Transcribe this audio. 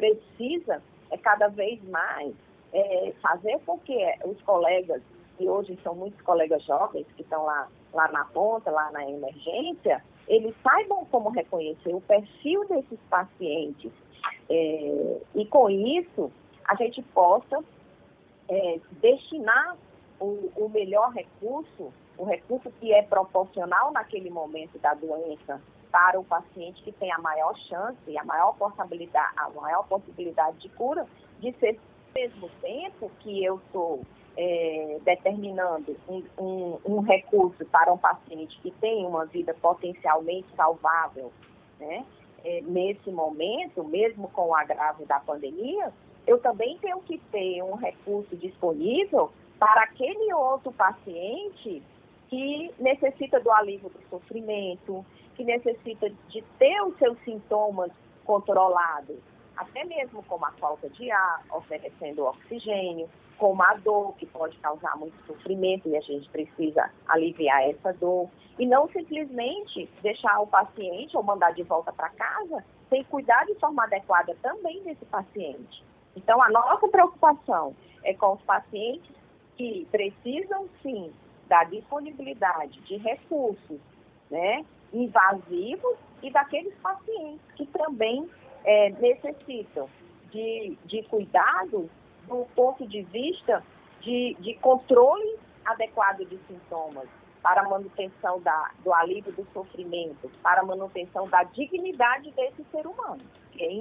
precisa cada vez mais fazer com que os colegas, e hoje são muitos colegas jovens que estão lá na ponta, lá na emergência, eles saibam como reconhecer o perfil desses pacientes e com isso a gente possa destinar o melhor recurso, o recurso que é proporcional naquele momento da doença para o paciente que tem a maior chance e a maior possibilidade de cura, de ser ao mesmo tempo que eu estou determinando um recurso para um paciente que tem uma vida potencialmente salvável, né? Nesse momento, mesmo com o agravo da pandemia, eu também tenho que ter um recurso disponível para aquele outro paciente que necessita do alívio do sofrimento, que necessita de ter os seus sintomas controlados, até mesmo como a falta de ar, oferecendo oxigênio, como a dor, que pode causar muito sofrimento e a gente precisa aliviar essa dor. E não simplesmente deixar o paciente ou mandar de volta para casa sem cuidar de forma adequada também desse paciente. Então, a nossa preocupação é com os pacientes que precisam, sim, da disponibilidade de recursos, né, invasivos e daqueles pacientes que também necessitam de cuidados do ponto de vista de controle adequado de sintomas, para a manutenção do alívio do sofrimento, para a manutenção da dignidade desse ser humano.